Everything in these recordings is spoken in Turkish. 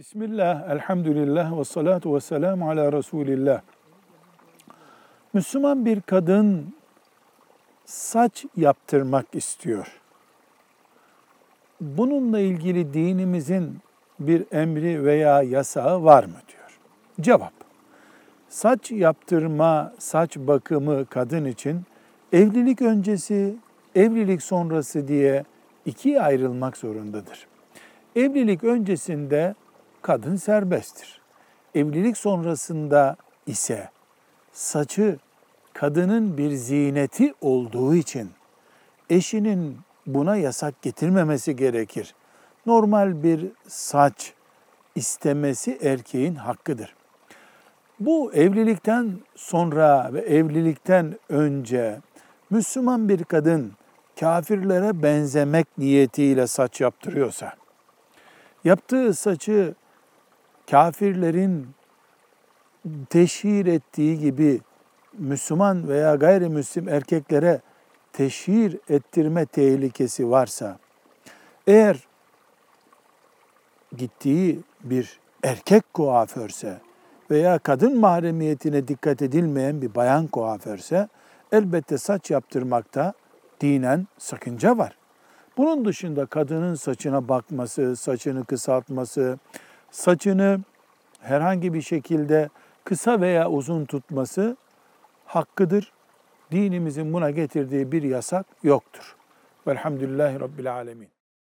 Bismillah, elhamdülillah ve salatu ve selamu ala Resulillah. Müslüman bir kadın saç yaptırmak istiyor. Bununla ilgili dinimizin bir emri veya yasağı var mı diyor. Cevap: saç yaptırma, saç bakımı kadın için evlilik öncesi, evlilik sonrası diye ikiye ayrılmak zorundadır. Evlilik öncesinde kadın serbesttir. Evlilik sonrasında ise saçı kadının bir ziyneti olduğu için eşinin buna yasak getirmemesi gerekir. Normal bir saç istemesi erkeğin hakkıdır. Bu evlilikten sonra ve evlilikten önce Müslüman bir kadın kafirlere benzemek niyetiyle saç yaptırıyorsa, yaptığı saçı kafirlerin teşhir ettiği gibi Müslüman veya gayrimüslim erkeklere teşhir ettirme tehlikesi varsa, eğer gittiği bir erkek kuaförse veya kadın mahremiyetine dikkat edilmeyen bir bayan kuaförse, elbette saç yaptırmakta dinen sakınca var. Bunun dışında kadının saçına bakması, saçını kısaltması, saçını herhangi bir şekilde kısa veya uzun tutması hakkıdır. Dinimizin buna getirdiği bir yasak yoktur. Velhamdülillahi Rabbil alemin.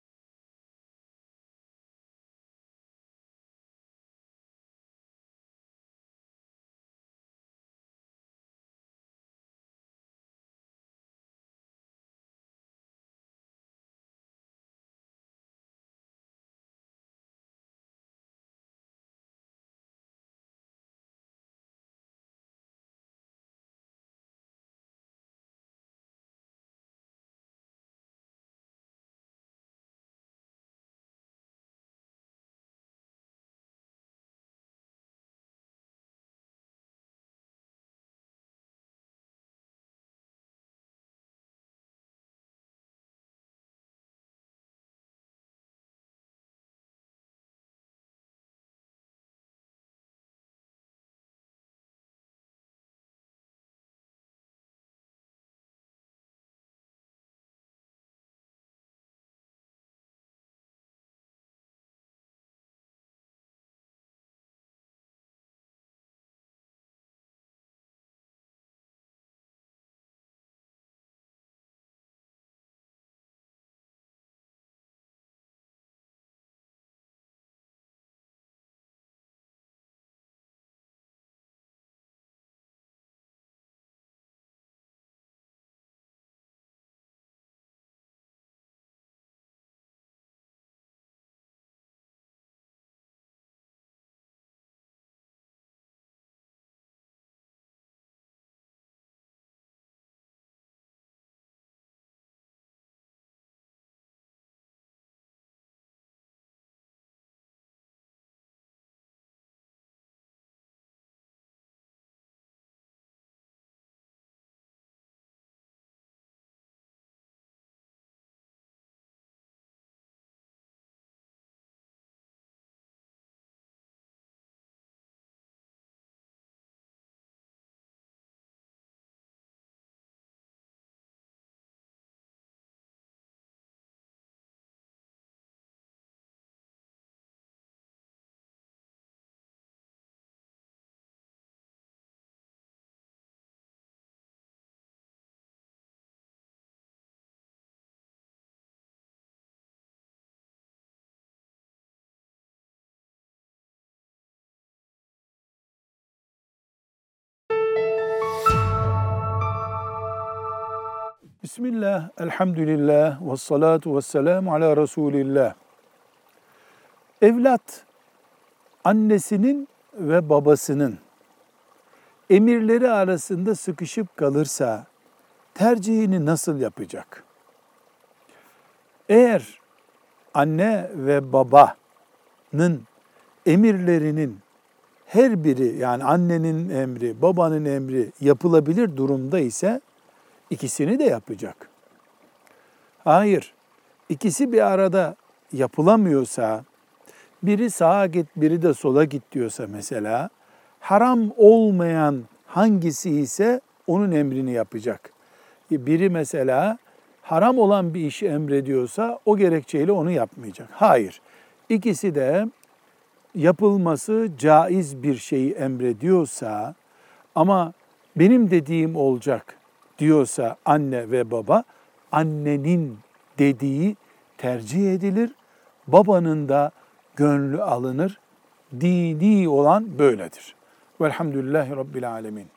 Bismillah, elhamdülillah, ve salatu ve selamu ala Resulillah. Evlat, annesinin ve babasının emirleri arasında sıkışıp kalırsa tercihini nasıl yapacak? Eğer anne ve babanın emirlerinin her biri, yani annenin emri, babanın emri yapılabilir durumda ise ikisini de yapacak. Hayır, ikisi bir arada yapılamıyorsa biri sağa git, biri de sola git diyorsa mesela, haram olmayan hangisi ise onun emrini yapacak. Biri mesela haram olan bir işi emrediyorsa o gerekçeyle onu yapmayacak. Hayır. İkisi de yapılması caiz bir şeyi emrediyorsa ama benim dediğim olacak diyorsa anne ve baba, annenin dediği tercih edilir, babanın da gönlü alınır. Dini olan böyledir. Velhamdülillahi Rabbil Alemin.